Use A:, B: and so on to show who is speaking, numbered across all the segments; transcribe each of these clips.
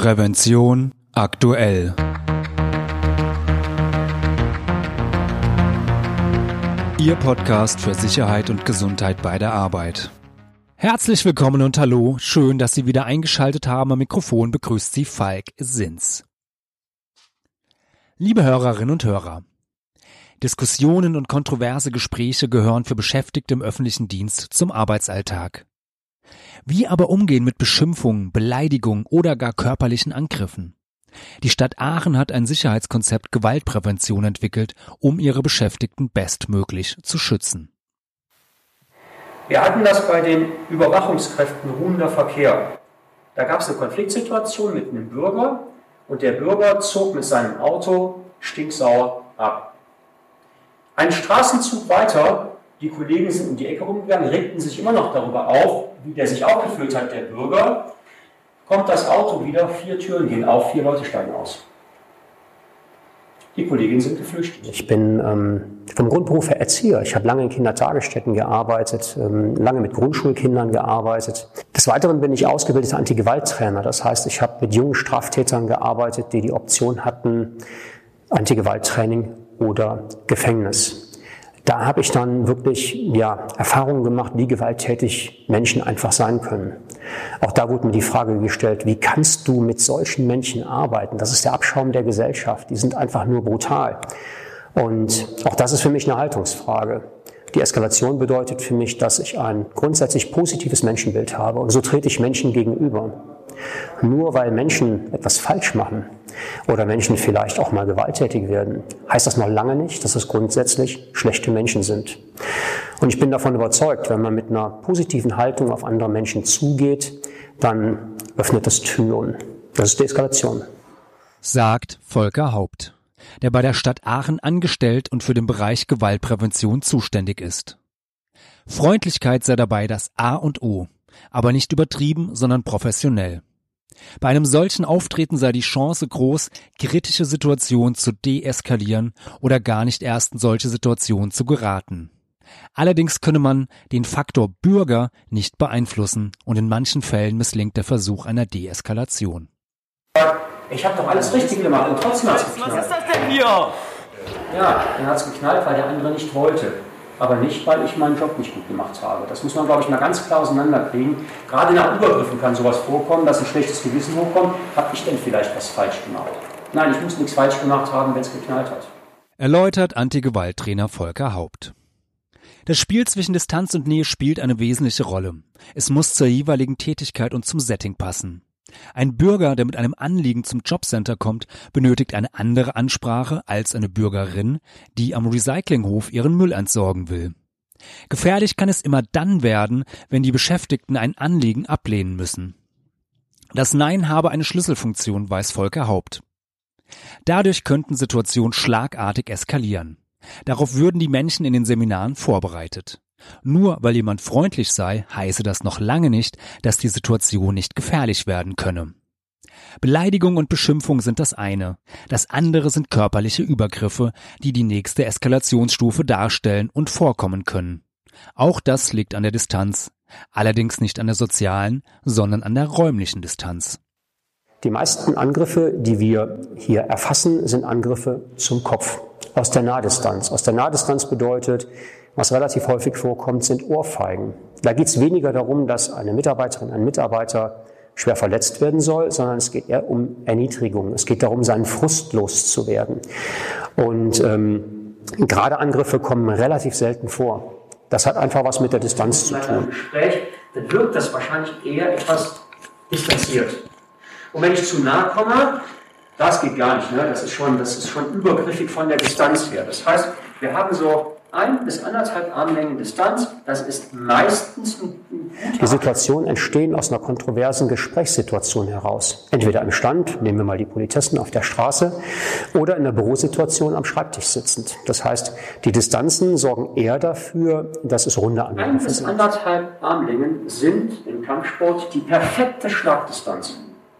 A: Prävention aktuell. Ihr Podcast für Sicherheit und Gesundheit bei der Arbeit. Herzlich willkommen und hallo, schön, dass Sie wieder eingeschaltet haben. Am Mikrofon begrüßt Sie Falk Sins. Liebe Hörerinnen und Hörer, Diskussionen und kontroverse Gespräche gehören für Beschäftigte im öffentlichen Dienst zum Arbeitsalltag. Wie aber umgehen mit Beschimpfungen, Beleidigungen oder gar körperlichen Angriffen? Die Stadt Aachen hat ein Sicherheitskonzept Gewaltprävention entwickelt, um ihre Beschäftigten bestmöglich zu schützen.
B: Wir hatten das bei den Überwachungskräften ruhender Verkehr. Da gab es eine Konfliktsituation mit einem Bürger und der Bürger zog mit seinem Auto stinksauer ab. Ein Straßenzug weiter, die Kollegen sind um die Ecke rumgegangen, regten sich immer noch darüber auf, wie der sich aufgeführt hat, der Bürger. Kommt das Auto wieder, 4 Türen gehen auf, 4 Leute steigen aus. Die Kolleginnen sind geflüchtet.
C: Ich bin vom Grundberuf her Erzieher. Ich habe lange in Kindertagesstätten gearbeitet, lange mit Grundschulkindern gearbeitet. Des Weiteren bin ich ausgebildeter Antigewalttrainer. Das heißt, ich habe mit jungen Straftätern gearbeitet, die die Option hatten, Antigewalttraining oder Gefängnis. Da habe ich dann wirklich Erfahrungen gemacht, wie gewalttätig Menschen einfach sein können. Auch da wurde mir die Frage gestellt, wie kannst du mit solchen Menschen arbeiten? Das ist der Abschaum der Gesellschaft. Die sind einfach nur brutal. Und auch das ist für mich eine Haltungsfrage. Die Eskalation bedeutet für mich, dass ich ein grundsätzlich positives Menschenbild habe. Und so trete ich Menschen gegenüber. Nur weil Menschen etwas falsch machen oder Menschen vielleicht auch mal gewalttätig werden, heißt das noch lange nicht, dass es grundsätzlich schlechte Menschen sind. Und ich bin davon überzeugt, wenn man mit einer positiven Haltung auf andere Menschen zugeht, dann öffnet das Türen. Das ist Deeskalation.
A: Sagt Volker Haupt, der bei der Stadt Aachen angestellt und für den Bereich Gewaltprävention zuständig ist. Freundlichkeit sei dabei das A und O, aber nicht übertrieben, sondern professionell. Bei einem solchen Auftreten sei die Chance groß, kritische Situationen zu deeskalieren oder gar nicht erst in solche Situationen zu geraten. Allerdings könne man den Faktor Bürger nicht beeinflussen und in manchen Fällen misslingt der Versuch einer Deeskalation.
B: Ich habe doch alles richtig gemacht und trotzdem hat es geknallt.
D: Was ist das denn hier?
B: Ja, dann hat es geknallt, weil der andere nicht wollte. Aber nicht, weil ich meinen Job nicht gut gemacht habe. Das muss man, glaube ich, mal ganz klar auseinanderkriegen. Gerade nach Übergriffen kann sowas vorkommen, dass ein schlechtes Gewissen hochkommt. Habe ich denn vielleicht was falsch gemacht? Nein, ich muss nichts falsch gemacht haben, wenn es geknallt hat.
A: Erläutert Antigewalttrainer Volker Haupt. Das Spiel zwischen Distanz und Nähe spielt eine wesentliche Rolle. Es muss zur jeweiligen Tätigkeit und zum Setting passen. Ein Bürger, der mit einem Anliegen zum Jobcenter kommt, benötigt eine andere Ansprache als eine Bürgerin, die am Recyclinghof ihren Müll entsorgen will. Gefährlich kann es immer dann werden, wenn die Beschäftigten ein Anliegen ablehnen müssen. Das Nein habe eine Schlüsselfunktion, weiß Volker Haupt. Dadurch könnten Situationen schlagartig eskalieren. Darauf würden die Menschen in den Seminaren vorbereitet. Nur weil jemand freundlich sei, heiße das noch lange nicht, dass die Situation nicht gefährlich werden könne. Beleidigung und Beschimpfung sind das eine. Das andere sind körperliche Übergriffe, die die nächste Eskalationsstufe darstellen und vorkommen können. Auch das liegt an der Distanz, allerdings nicht an der sozialen, sondern an der räumlichen Distanz.
C: Die meisten Angriffe, die wir hier erfassen, sind Angriffe zum Kopf, aus der Nahdistanz. Aus der Nahdistanz bedeutet, was relativ häufig vorkommt, sind Ohrfeigen. Da geht es weniger darum, dass eine Mitarbeiterin, ein Mitarbeiter schwer verletzt werden soll, sondern es geht eher um Erniedrigung. Es geht darum, seinen Frust loszuwerden. Und gerade Angriffe kommen relativ selten vor. Das hat einfach was mit der Distanz zu tun.
B: Im Gespräch, dann wirkt das wahrscheinlich eher etwas distanziert. Und wenn ich zu nahe komme, das geht gar nicht. Ne? Das ist schon übergriffig von der Distanz her. Das heißt, wir haben so 1 bis 1,5 Armlängen Distanz, das ist meistens ein
C: Die Situationen entstehen aus einer kontroversen Gesprächssituation heraus. Entweder im Stand, nehmen wir mal die Politessen auf der Straße, oder in der Bürosituation am Schreibtisch sitzend. Das heißt, die Distanzen sorgen eher dafür, dass es runde Angriffe
B: 1 bis
C: sind.
B: 1,5 Armlängen sind im Kampfsport die perfekte Schlagdistanz.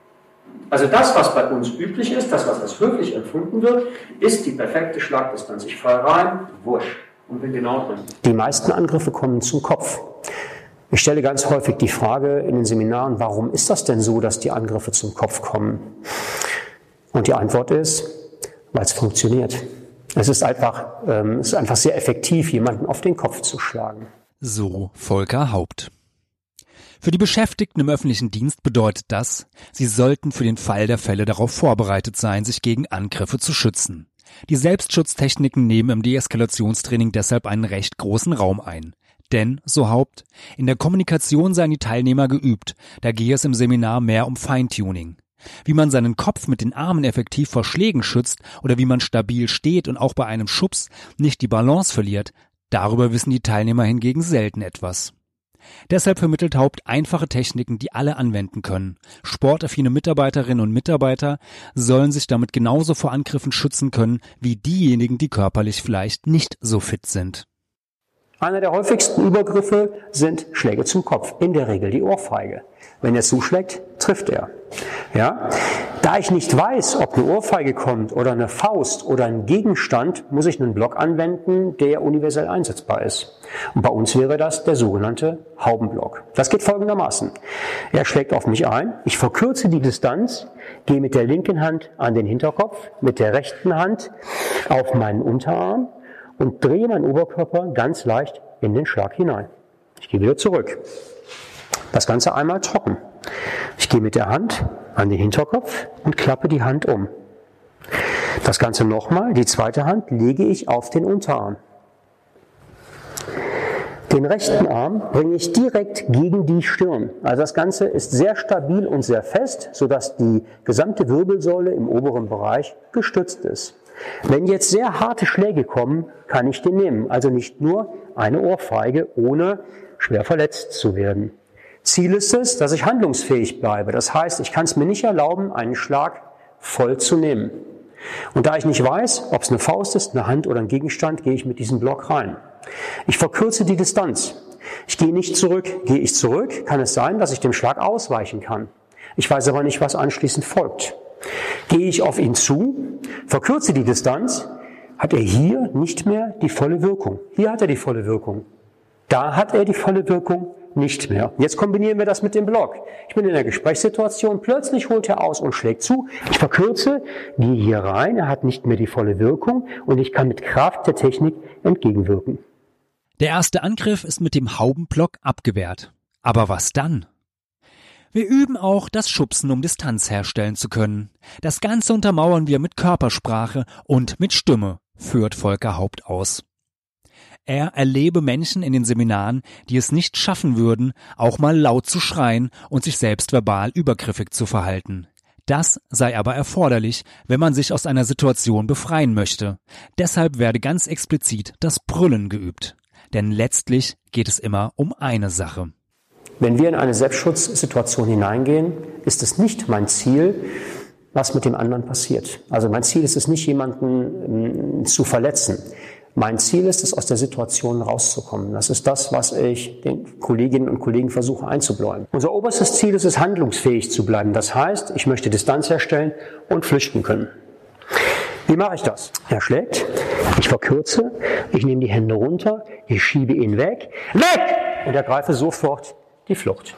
B: Also das, was bei uns üblich ist, das, was als höflich empfunden wird, ist die perfekte Schlagdistanz. Ich fahre rein, wusch. Und bin genau drin.
C: Die meisten Angriffe kommen zum Kopf. Ich stelle ganz häufig die Frage in den Seminaren, warum ist das denn so, dass die Angriffe zum Kopf kommen? Und die Antwort ist, weil es funktioniert. Es ist einfach sehr effektiv, jemanden auf den Kopf zu schlagen.
A: So Volker Haupt. Für die Beschäftigten im öffentlichen Dienst bedeutet das, sie sollten für den Fall der Fälle darauf vorbereitet sein, sich gegen Angriffe zu schützen. Die Selbstschutztechniken nehmen im Deeskalationstraining deshalb einen recht großen Raum ein. Denn, so Haupt, in der Kommunikation seien die Teilnehmer geübt, da gehe es im Seminar mehr um Feintuning. Wie man seinen Kopf mit den Armen effektiv vor Schlägen schützt oder wie man stabil steht und auch bei einem Schubs nicht die Balance verliert, darüber wissen die Teilnehmer hingegen selten etwas. Deshalb vermittelt Haupt einfache Techniken, die alle anwenden können. Sportaffine Mitarbeiterinnen und Mitarbeiter sollen sich damit genauso vor Angriffen schützen können wie diejenigen, die körperlich vielleicht nicht so fit sind.
C: Einer der häufigsten Übergriffe sind Schläge zum Kopf, in der Regel die Ohrfeige. Wenn er zuschlägt, trifft er. Ja? Da ich nicht weiß, ob eine Ohrfeige kommt oder eine Faust oder ein Gegenstand, muss ich einen Block anwenden, der universell einsetzbar ist. Und bei uns wäre das der sogenannte Haubenblock. Das geht folgendermaßen. Er schlägt auf mich ein, ich verkürze die Distanz, gehe mit der linken Hand an den Hinterkopf, mit der rechten Hand auf meinen Unterarm und drehe meinen Oberkörper ganz leicht in den Schlag hinein. Ich gehe wieder zurück. Das Ganze einmal trocken. Ich gehe mit der Hand an den Hinterkopf und klappe die Hand um. Das Ganze nochmal, die zweite Hand lege ich auf den Unterarm. Den rechten Arm bringe ich direkt gegen die Stirn. Also das Ganze ist sehr stabil und sehr fest, sodass die gesamte Wirbelsäule im oberen Bereich gestützt ist. Wenn jetzt sehr harte Schläge kommen, kann ich den nehmen. Also nicht nur eine Ohrfeige, ohne schwer verletzt zu werden. Ziel ist es, dass ich handlungsfähig bleibe. Das heißt, ich kann es mir nicht erlauben, einen Schlag voll zu nehmen. Und da ich nicht weiß, ob es eine Faust ist, eine Hand oder ein Gegenstand, gehe ich mit diesem Block rein. Ich verkürze die Distanz. Ich gehe nicht zurück. Gehe ich zurück, kann es sein, dass ich dem Schlag ausweichen kann. Ich weiß aber nicht, was anschließend folgt. Gehe ich auf ihn zu, verkürze die Distanz, hat er hier nicht mehr die volle Wirkung. Hier hat er die volle Wirkung. Da hat er die volle Wirkung nicht mehr. Jetzt kombinieren wir das mit dem Block. Ich bin in einer Gesprächssituation, plötzlich holt er aus und schlägt zu. Ich verkürze, gehe hier rein, er hat nicht mehr die volle Wirkung und ich kann mit Kraft der Technik entgegenwirken.
A: Der erste Angriff ist mit dem Haubenblock abgewehrt. Aber was dann? Wir üben auch das Schubsen, um Distanz herstellen zu können. Das Ganze untermauern wir mit Körpersprache und mit Stimme, führt Volker Haupt aus. Er erlebe Menschen in den Seminaren, die es nicht schaffen würden, auch mal laut zu schreien und sich selbst verbal übergriffig zu verhalten. Das sei aber erforderlich, wenn man sich aus einer Situation befreien möchte. Deshalb werde ganz explizit das Brüllen geübt. Denn letztlich geht es immer um eine Sache.
C: Wenn wir in eine Selbstschutzsituation hineingehen, ist es nicht mein Ziel, was mit dem anderen passiert. Also mein Ziel ist es nicht, jemanden zu verletzen. Mein Ziel ist es, aus der Situation rauszukommen. Das ist das, was ich den Kolleginnen und Kollegen versuche einzubläuen. Unser oberstes Ziel ist es, handlungsfähig zu bleiben. Das heißt, ich möchte Distanz herstellen und flüchten können. Wie mache ich das? Er schlägt, ich verkürze, ich nehme die Hände runter, ich schiebe ihn weg und ergreife sofort die Flucht.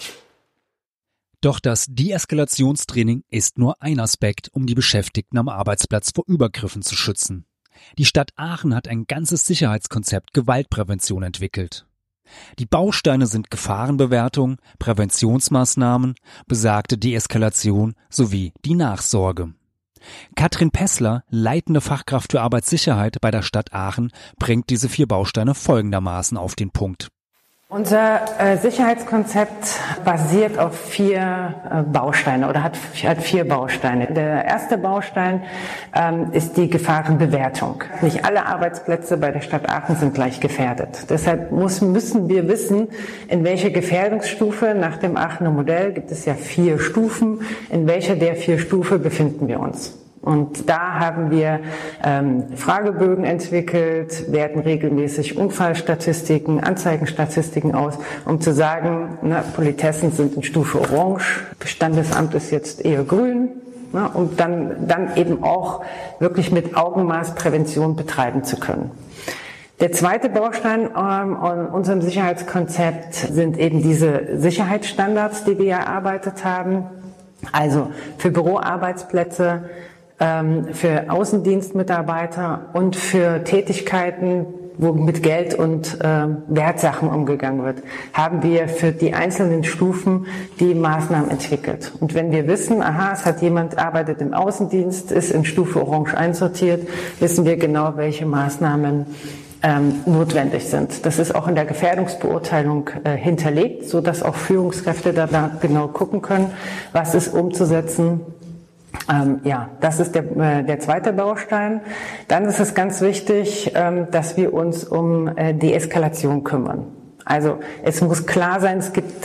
A: Doch das Deeskalationstraining ist nur ein Aspekt, um die Beschäftigten am Arbeitsplatz vor Übergriffen zu schützen. Die Stadt Aachen hat ein ganzes Sicherheitskonzept Gewaltprävention entwickelt. Die Bausteine sind Gefahrenbewertung, Präventionsmaßnahmen, besagte Deeskalation sowie die Nachsorge. Katrin Pessler, leitende Fachkraft für Arbeitssicherheit bei der Stadt Aachen, bringt diese 4 Bausteine folgendermaßen auf den Punkt.
D: Unser Sicherheitskonzept basiert auf 4 Bausteine oder hat 4 Bausteine. Der erste Baustein ist die Gefahrenbewertung. Nicht alle Arbeitsplätze bei der Stadt Aachen sind gleich gefährdet. Deshalb müssen wir wissen, in welcher Gefährdungsstufe, nach dem Aachener Modell gibt es ja 4 Stufen, in welcher der 4 Stufe befinden wir uns. Und da haben wir Fragebögen entwickelt, werten regelmäßig Unfallstatistiken, Anzeigenstatistiken aus, um zu sagen, Politessen sind in Stufe Orange, Standesamt ist jetzt eher grün, um dann eben auch wirklich mit Augenmaß Prävention betreiben zu können. Der zweite Baustein in unserem Sicherheitskonzept sind eben diese Sicherheitsstandards, die wir erarbeitet haben. Also für Büroarbeitsplätze, für Außendienstmitarbeiter und für Tätigkeiten, wo mit Geld und Wertsachen umgegangen wird, haben wir für die einzelnen Stufen die Maßnahmen entwickelt. Und wenn wir wissen, aha, es hat jemand arbeitet im Außendienst, ist in Stufe Orange einsortiert, wissen wir genau, welche Maßnahmen notwendig sind. Das ist auch in der Gefährdungsbeurteilung hinterlegt, so dass auch Führungskräfte da genau gucken können, was ist umzusetzen. Das ist der zweite Baustein. Dann ist es ganz wichtig, dass wir uns um Deeskalation kümmern. Also es muss klar sein, es gibt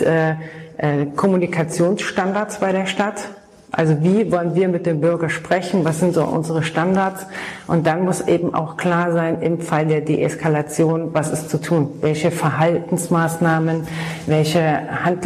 D: Kommunikationsstandards bei der Stadt. Also wie wollen wir mit dem Bürger sprechen? Was sind so unsere Standards? Und dann muss eben auch klar sein, im Fall der Deeskalation, was ist zu tun? Welche Verhaltensmaßnahmen, welche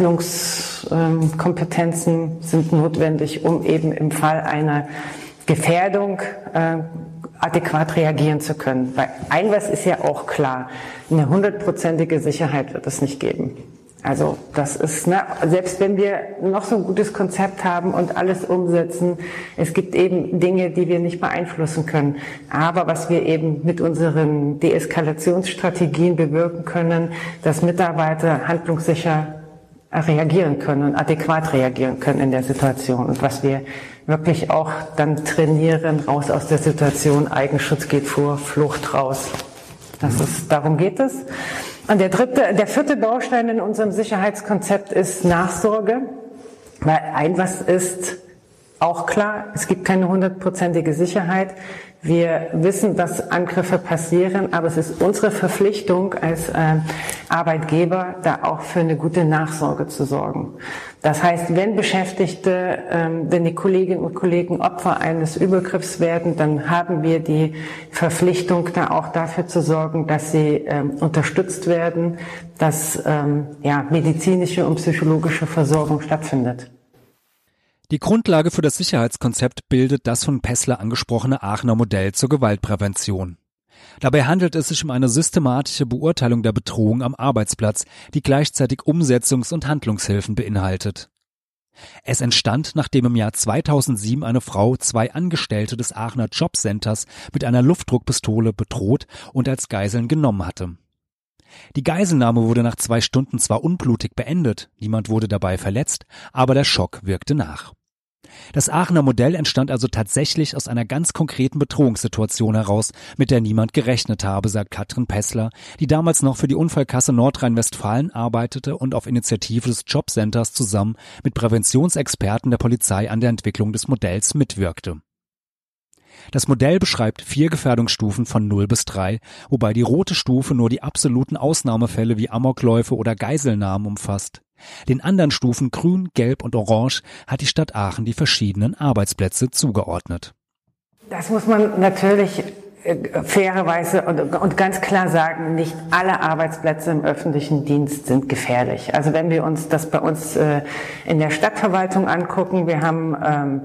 D: Handlungskompetenzen sind notwendig, um eben im Fall einer Gefährdung adäquat reagieren zu können? Weil was ist ja auch klar, eine 100%ige Sicherheit wird es nicht geben. Also das ist, selbst wenn wir noch so ein gutes Konzept haben und alles umsetzen, es gibt eben Dinge, die wir nicht beeinflussen können. Aber was wir eben mit unseren Deeskalationsstrategien bewirken können, dass Mitarbeiter handlungssicher reagieren können und adäquat reagieren können in der Situation. Und was wir wirklich auch dann trainieren, raus aus der Situation, Eigenschutz geht vor, Flucht raus. Darum geht es. Und der vierte Baustein in unserem Sicherheitskonzept ist Nachsorge. Weil was ist auch klar, es gibt keine 100%ige Sicherheit. Wir wissen, dass Angriffe passieren, aber es ist unsere Verpflichtung als Arbeitgeber, da auch für eine gute Nachsorge zu sorgen. Das heißt, wenn die Kolleginnen und Kollegen Opfer eines Übergriffs werden, dann haben wir die Verpflichtung, da auch dafür zu sorgen, dass sie unterstützt werden, dass medizinische und psychologische Versorgung stattfindet.
A: Die Grundlage für das Sicherheitskonzept bildet das von Pessler angesprochene Aachener Modell zur Gewaltprävention. Dabei handelt es sich um eine systematische Beurteilung der Bedrohung am Arbeitsplatz, die gleichzeitig Umsetzungs- und Handlungshilfen beinhaltet. Es entstand, nachdem im Jahr 2007 eine Frau 2 Angestellte des Aachener Jobcenters mit einer Luftdruckpistole bedroht und als Geiseln genommen hatte. Die Geiselnahme wurde nach 2 Stunden zwar unblutig beendet, niemand wurde dabei verletzt, aber der Schock wirkte nach. Das Aachener Modell entstand also tatsächlich aus einer ganz konkreten Bedrohungssituation heraus, mit der niemand gerechnet habe, sagt Katrin Pessler, die damals noch für die Unfallkasse Nordrhein-Westfalen arbeitete und auf Initiative des Jobcenters zusammen mit Präventionsexperten der Polizei an der Entwicklung des Modells mitwirkte. Das Modell beschreibt 4 Gefährdungsstufen von 0 bis 3, wobei die rote Stufe nur die absoluten Ausnahmefälle wie Amokläufe oder Geiselnahmen umfasst. Den anderen Stufen Grün, Gelb und Orange hat die Stadt Aachen die verschiedenen Arbeitsplätze zugeordnet.
D: Das muss man natürlich fairerweise und ganz klar sagen, nicht alle Arbeitsplätze im öffentlichen Dienst sind gefährlich. Also wenn wir uns das bei uns in der Stadtverwaltung angucken, wir haben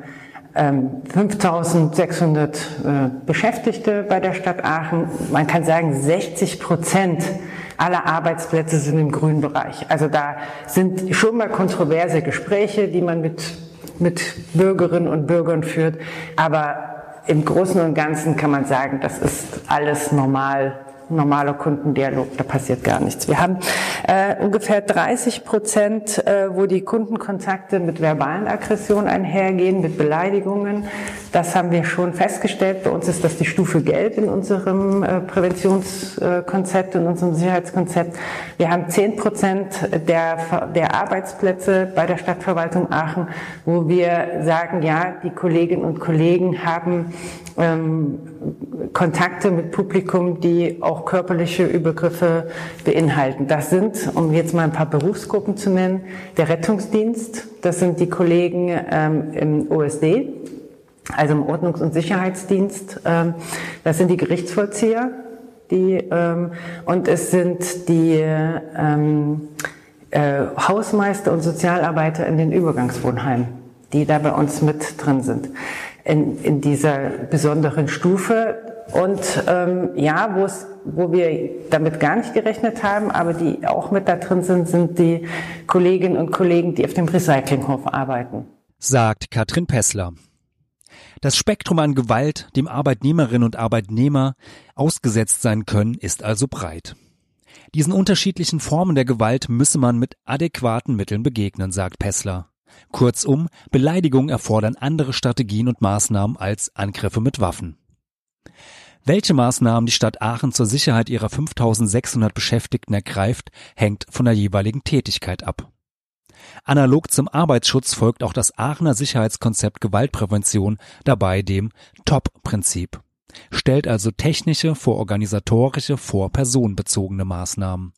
D: 5.600 Beschäftigte bei der Stadt Aachen. Man kann sagen, 60% aller Arbeitsplätze sind im grünen Bereich. Also da sind schon mal kontroverse Gespräche, die man mit Bürgerinnen und Bürgern führt. Aber im Großen und Ganzen kann man sagen, das ist alles normaler Kundendialog, da passiert gar nichts. Wir haben ungefähr 30%, wo die Kundenkontakte mit verbalen Aggressionen einhergehen, mit Beleidigungen. Das haben wir schon festgestellt. Bei uns ist das die Stufe Gelb in unserem Präventionskonzept, in unserem Sicherheitskonzept. Wir haben 10% der Arbeitsplätze bei der Stadtverwaltung Aachen, wo wir sagen, ja, die Kolleginnen und Kollegen haben Kontakte mit Publikum, die auch körperliche Übergriffe beinhalten. Das sind, um jetzt mal ein paar Berufsgruppen zu nennen, der Rettungsdienst, das sind die Kollegen im OSD, also im Ordnungs- und Sicherheitsdienst, das sind die Gerichtsvollzieher, und es sind die Hausmeister und Sozialarbeiter in den Übergangswohnheimen, die da bei uns mit drin sind. In dieser besonderen Stufe und wo wir damit gar nicht gerechnet haben, aber die auch mit da drin sind die Kolleginnen und Kollegen, die auf dem Recyclinghof arbeiten.
A: Sagt Katrin Pessler. Das Spektrum an Gewalt, dem Arbeitnehmerinnen und Arbeitnehmer ausgesetzt sein können, ist also breit. Diesen unterschiedlichen Formen der Gewalt müsse man mit adäquaten Mitteln begegnen, sagt Pessler. Kurzum, Beleidigungen erfordern andere Strategien und Maßnahmen als Angriffe mit Waffen. Welche Maßnahmen die Stadt Aachen zur Sicherheit ihrer 5.600 Beschäftigten ergreift, hängt von der jeweiligen Tätigkeit ab. Analog zum Arbeitsschutz folgt auch das Aachener Sicherheitskonzept Gewaltprävention dabei dem TOP-Prinzip. Stellt also technische vor organisatorische vor personenbezogene Maßnahmen.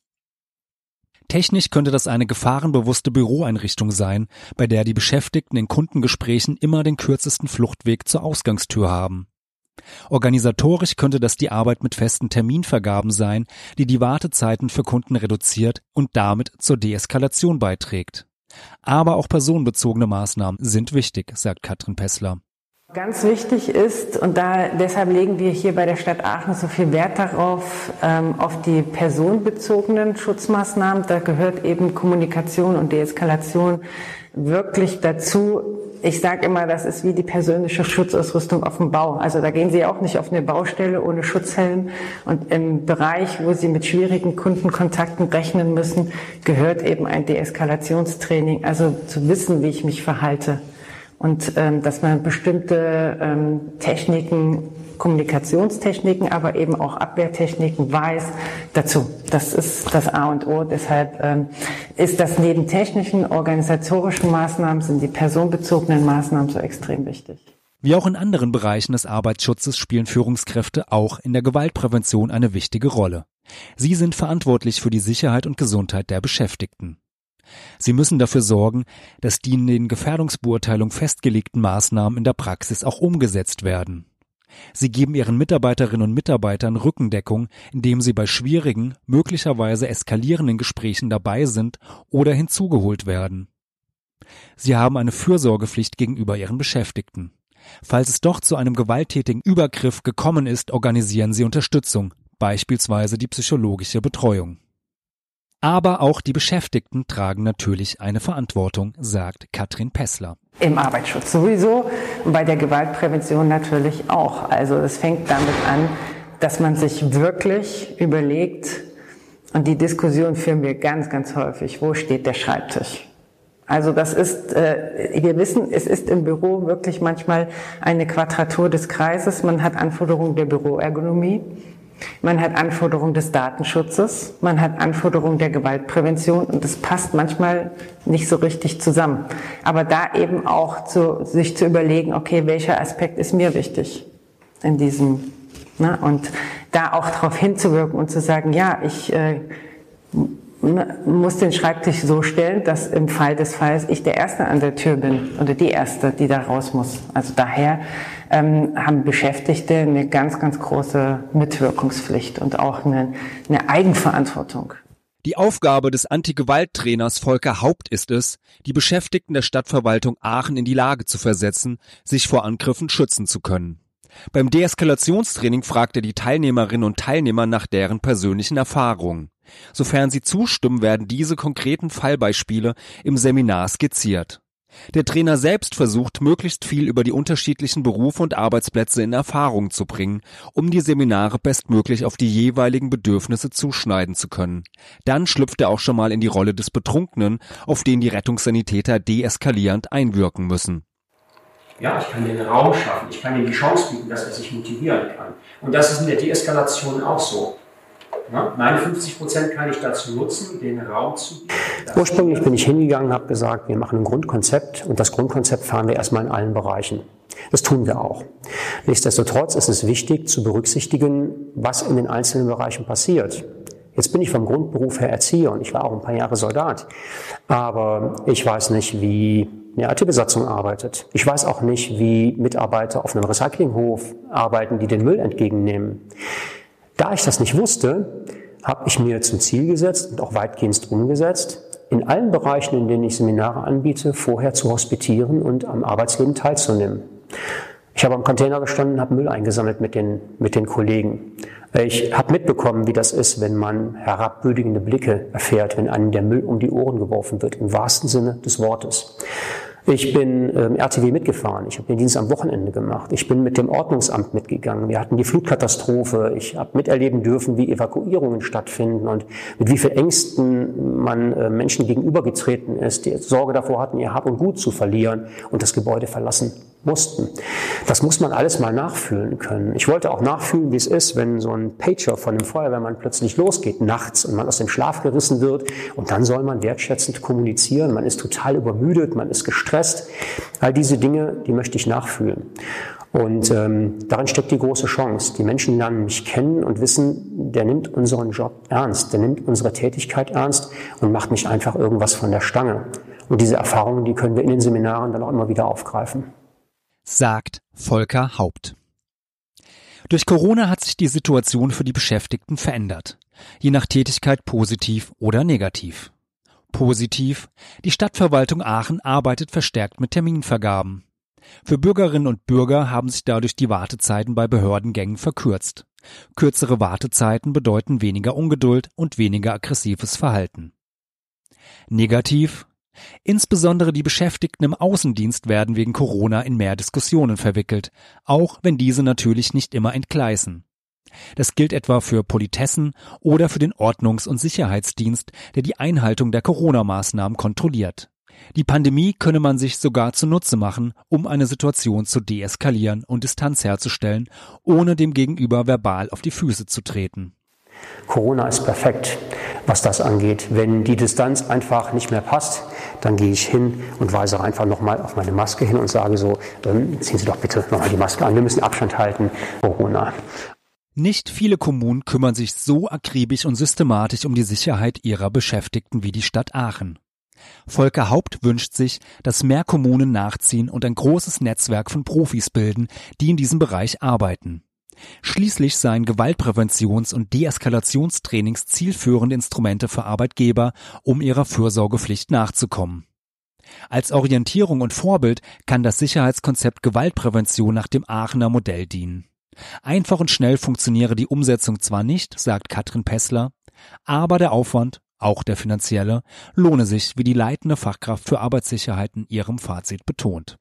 A: Technisch könnte das eine gefahrenbewusste Büroeinrichtung sein, bei der die Beschäftigten in Kundengesprächen immer den kürzesten Fluchtweg zur Ausgangstür haben. Organisatorisch könnte das die Arbeit mit festen Terminvergaben sein, die die Wartezeiten für Kunden reduziert und damit zur Deeskalation beiträgt. Aber auch personenbezogene Maßnahmen sind wichtig, sagt Katrin Pessler.
D: Ganz wichtig ist, und deshalb legen wir hier bei der Stadt Aachen so viel Wert darauf, auf die personenbezogenen Schutzmaßnahmen. Da gehört eben Kommunikation und Deeskalation wirklich dazu. Ich sage immer, das ist wie die persönliche Schutzausrüstung auf dem Bau. Also da gehen Sie auch nicht auf eine Baustelle ohne Schutzhelm. Und im Bereich, wo Sie mit schwierigen Kundenkontakten rechnen müssen, gehört eben ein Deeskalationstraining. Also zu wissen, wie ich mich verhalte. Und dass man bestimmte Techniken, Kommunikationstechniken, aber eben auch Abwehrtechniken weiß dazu. Das ist das A und O. Deshalb ist das neben technischen, organisatorischen Maßnahmen sind die personenbezogenen Maßnahmen so extrem wichtig.
A: Wie auch in anderen Bereichen des Arbeitsschutzes spielen Führungskräfte auch in der Gewaltprävention eine wichtige Rolle. Sie sind verantwortlich für die Sicherheit und Gesundheit der Beschäftigten. Sie müssen dafür sorgen, dass die in den Gefährdungsbeurteilungen festgelegten Maßnahmen in der Praxis auch umgesetzt werden. Sie geben ihren Mitarbeiterinnen und Mitarbeitern Rückendeckung, indem sie bei schwierigen, möglicherweise eskalierenden Gesprächen dabei sind oder hinzugeholt werden. Sie haben eine Fürsorgepflicht gegenüber ihren Beschäftigten. Falls es doch zu einem gewalttätigen Übergriff gekommen ist, organisieren sie Unterstützung, beispielsweise die psychologische Betreuung. Aber auch die Beschäftigten tragen natürlich eine Verantwortung, sagt Katrin Pessler.
D: Im Arbeitsschutz sowieso und bei der Gewaltprävention natürlich auch. Also es fängt damit an, dass man sich wirklich überlegt, und die Diskussion führen wir ganz, ganz häufig, wo steht der Schreibtisch? Also das ist, wir wissen, es ist im Büro wirklich manchmal eine Quadratur des Kreises. Man hat Anforderungen der Büroergonomie. Man hat Anforderungen des Datenschutzes, man hat Anforderungen der Gewaltprävention und das passt manchmal nicht so richtig zusammen. Aber da eben auch sich zu überlegen, okay, welcher Aspekt ist mir wichtig in diesem, ne? Und da auch darauf hinzuwirken und zu sagen, ja, ich muss den Schreibtisch so stellen, dass im Fall des Falls ich der Erste an der Tür bin oder die Erste, die da raus muss. Also daher haben Beschäftigte eine ganz, ganz große Mitwirkungspflicht und auch eine Eigenverantwortung.
A: Die Aufgabe des Anti-Gewalt-Trainers Volker Haupt ist es, die Beschäftigten der Stadtverwaltung Aachen in die Lage zu versetzen, sich vor Angriffen schützen zu können. Beim Deeskalationstraining fragt er die Teilnehmerinnen und Teilnehmer nach deren persönlichen Erfahrungen. Sofern sie zustimmen, werden diese konkreten Fallbeispiele im Seminar skizziert. Der Trainer selbst versucht, möglichst viel über die unterschiedlichen Berufe und Arbeitsplätze in Erfahrung zu bringen, um die Seminare bestmöglich auf die jeweiligen Bedürfnisse zuschneiden zu können. Dann schlüpft er auch schon mal in die Rolle des Betrunkenen, auf den die Rettungssanitäter deeskalierend einwirken müssen.
B: Ja, ich kann den Raum schaffen, ich kann ihm die Chance bieten, dass er sich motivieren kann. Und das ist in der Deeskalation auch so. Ja, 59% kann ich dazu nutzen, den Raum zu bieten.
C: Ursprünglich bin ich hingegangen und habe gesagt, wir machen ein Grundkonzept und das Grundkonzept fahren wir erstmal in allen Bereichen. Das tun wir auch. Nichtsdestotrotz ist es wichtig zu berücksichtigen, was in den einzelnen Bereichen passiert. Jetzt bin ich vom Grundberuf her Erzieher und ich war auch ein paar Jahre Soldat. Aber ich weiß nicht, wie eine IT-Besatzung arbeitet. Ich weiß auch nicht, wie Mitarbeiter auf einem Recyclinghof arbeiten, die den Müll entgegennehmen. Da ich das nicht wusste, habe ich mir zum Ziel gesetzt und auch weitgehend umgesetzt, in allen Bereichen, in denen ich Seminare anbiete, vorher zu hospitieren und am Arbeitsleben teilzunehmen. Ich habe am Container gestanden, habe Müll eingesammelt mit den Kollegen. Ich habe mitbekommen, wie das ist, wenn man herabwürdigende Blicke erfährt, wenn einem der Müll um die Ohren geworfen wird, im wahrsten Sinne des Wortes. Ich bin RTW mitgefahren, ich habe den Dienst am Wochenende gemacht, ich bin mit dem Ordnungsamt mitgegangen, wir hatten die Flutkatastrophe, ich habe miterleben dürfen, wie Evakuierungen stattfinden und mit wie viel Ängsten man Menschen gegenübergetreten ist, die Sorge davor hatten, ihr Hab und Gut zu verlieren und das Gebäude verlassen mussten. Das muss man alles mal nachfühlen können. Ich wollte auch nachfühlen, wie es ist, wenn so ein Pager von einem Feuerwehrmann plötzlich losgeht nachts und man aus dem Schlaf gerissen wird und dann soll man wertschätzend kommunizieren. Man ist total übermüdet, man ist gestresst. All diese Dinge, die möchte ich nachfühlen. Und darin steckt die große Chance. Die Menschen lernen mich kennen und wissen, der nimmt unseren Job ernst, der nimmt unsere Tätigkeit ernst und macht nicht einfach irgendwas von der Stange. Und diese Erfahrungen, die können wir in den Seminaren dann auch immer wieder aufgreifen.
A: Sagt Volker Haupt. Durch Corona hat sich die Situation für die Beschäftigten verändert, je nach Tätigkeit positiv oder negativ. Positiv: Die Stadtverwaltung Aachen arbeitet verstärkt mit Terminvergaben. Für Bürgerinnen und Bürger haben sich dadurch die Wartezeiten bei Behördengängen verkürzt. Kürzere Wartezeiten bedeuten weniger Ungeduld und weniger aggressives Verhalten. Negativ: Insbesondere die Beschäftigten im Außendienst werden wegen Corona in mehr Diskussionen verwickelt, auch wenn diese natürlich nicht immer entgleisen. Das gilt etwa für Politessen oder für den Ordnungs- und Sicherheitsdienst, der die Einhaltung der Corona-Maßnahmen kontrolliert. Die Pandemie könne man sich sogar zunutze machen, um eine Situation zu deeskalieren und Distanz herzustellen, ohne dem Gegenüber verbal auf die Füße zu treten.
C: Corona ist perfekt, was das angeht. Wenn die Distanz einfach nicht mehr passt, dann gehe ich hin und weise einfach nochmal auf meine Maske hin und sage so, ziehen Sie doch bitte nochmal die Maske an, wir müssen Abstand halten, Corona.
A: Nicht viele Kommunen kümmern sich so akribisch und systematisch um die Sicherheit ihrer Beschäftigten wie die Stadt Aachen. Volker Haupt wünscht sich, dass mehr Kommunen nachziehen und ein großes Netzwerk von Profis bilden, die in diesem Bereich arbeiten. Schließlich seien Gewaltpräventions- und Deeskalationstrainings zielführende Instrumente für Arbeitgeber, um ihrer Fürsorgepflicht nachzukommen. Als Orientierung und Vorbild kann das Sicherheitskonzept Gewaltprävention nach dem Aachener Modell dienen. Einfach und schnell funktioniere die Umsetzung zwar nicht, sagt Katrin Pessler, aber der Aufwand, auch der finanzielle, lohne sich, wie die leitende Fachkraft für Arbeitssicherheit in ihrem Fazit betont.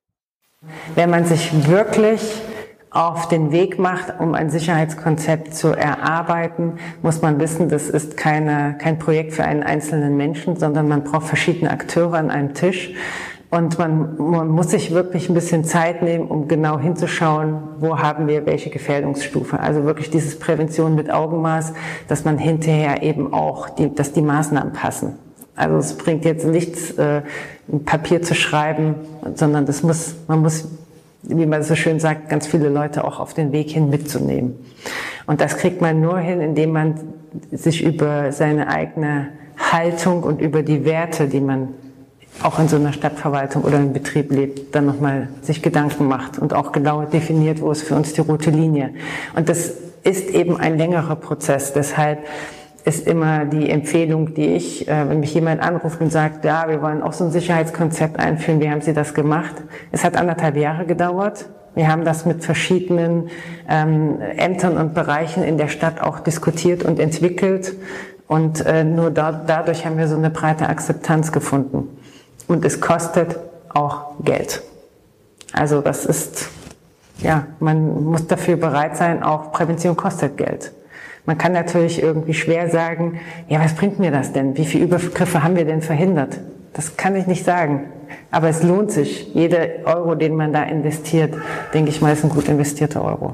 D: Wenn man sich wirklich auf den Weg macht, um ein Sicherheitskonzept zu erarbeiten, muss man wissen, das ist kein Projekt für einen einzelnen Menschen, sondern man braucht verschiedene Akteure an einem Tisch. Und man muss sich wirklich ein bisschen Zeit nehmen, um genau hinzuschauen, wo haben wir welche Gefährdungsstufe. Also wirklich dieses Prävention mit Augenmaß, dass man hinterher eben auch, dass die Maßnahmen passen. Also es bringt jetzt nichts, ein Papier zu schreiben, sondern man muss, wie man so schön sagt, ganz viele Leute auch auf den Weg hin mitzunehmen. Und das kriegt man nur hin, indem man sich über seine eigene Haltung und über die Werte, die man auch in so einer Stadtverwaltung oder im Betrieb lebt, dann nochmal sich Gedanken macht und auch genau definiert, wo ist für uns die rote Linie. Und das ist eben ein längerer Prozess. Deshalb ist immer die Empfehlung, die ich, wenn mich jemand anruft und sagt, ja, wir wollen auch so ein Sicherheitskonzept einführen, wie haben Sie das gemacht? Es hat 1,5 Jahre gedauert. Wir haben das mit verschiedenen Ämtern und Bereichen in der Stadt auch diskutiert und entwickelt. Und nur dadurch haben wir so eine breite Akzeptanz gefunden. Und es kostet auch Geld. Also das ist, ja, man muss dafür bereit sein, auch Prävention kostet Geld. Man kann natürlich irgendwie schwer sagen, ja, was bringt mir das denn? Wie viele Übergriffe haben wir denn verhindert? Das kann ich nicht sagen. Aber es lohnt sich. Jeder Euro, den man da investiert, denke ich mal, ist ein gut investierter Euro.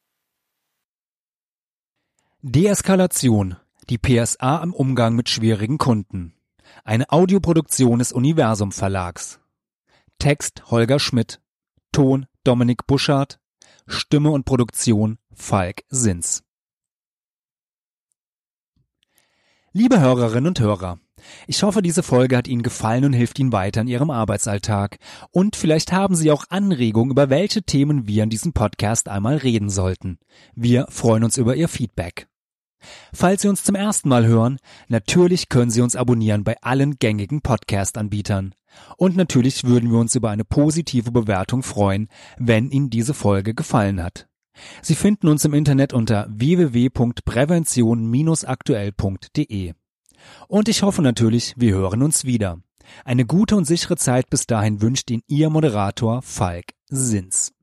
A: Deeskalation. Die PSA im Umgang mit schwierigen Kunden. Eine Audioproduktion des Universum Verlags. Text Holger Schmidt. Ton Dominik Buschardt. Stimme und Produktion Falk Sins. Liebe Hörerinnen und Hörer, ich hoffe, diese Folge hat Ihnen gefallen und hilft Ihnen weiter in Ihrem Arbeitsalltag. Und vielleicht haben Sie auch Anregungen, über welche Themen wir in diesem Podcast einmal reden sollten. Wir freuen uns über Ihr Feedback. Falls Sie uns zum ersten Mal hören, natürlich können Sie uns abonnieren bei allen gängigen Podcast-Anbietern. Und natürlich würden wir uns über eine positive Bewertung freuen, wenn Ihnen diese Folge gefallen hat. Sie finden uns im Internet unter www.prävention-aktuell.de. Und ich hoffe natürlich, wir hören uns wieder. Eine gute und sichere Zeit bis dahin wünscht Ihnen Ihr Moderator Falk Sins.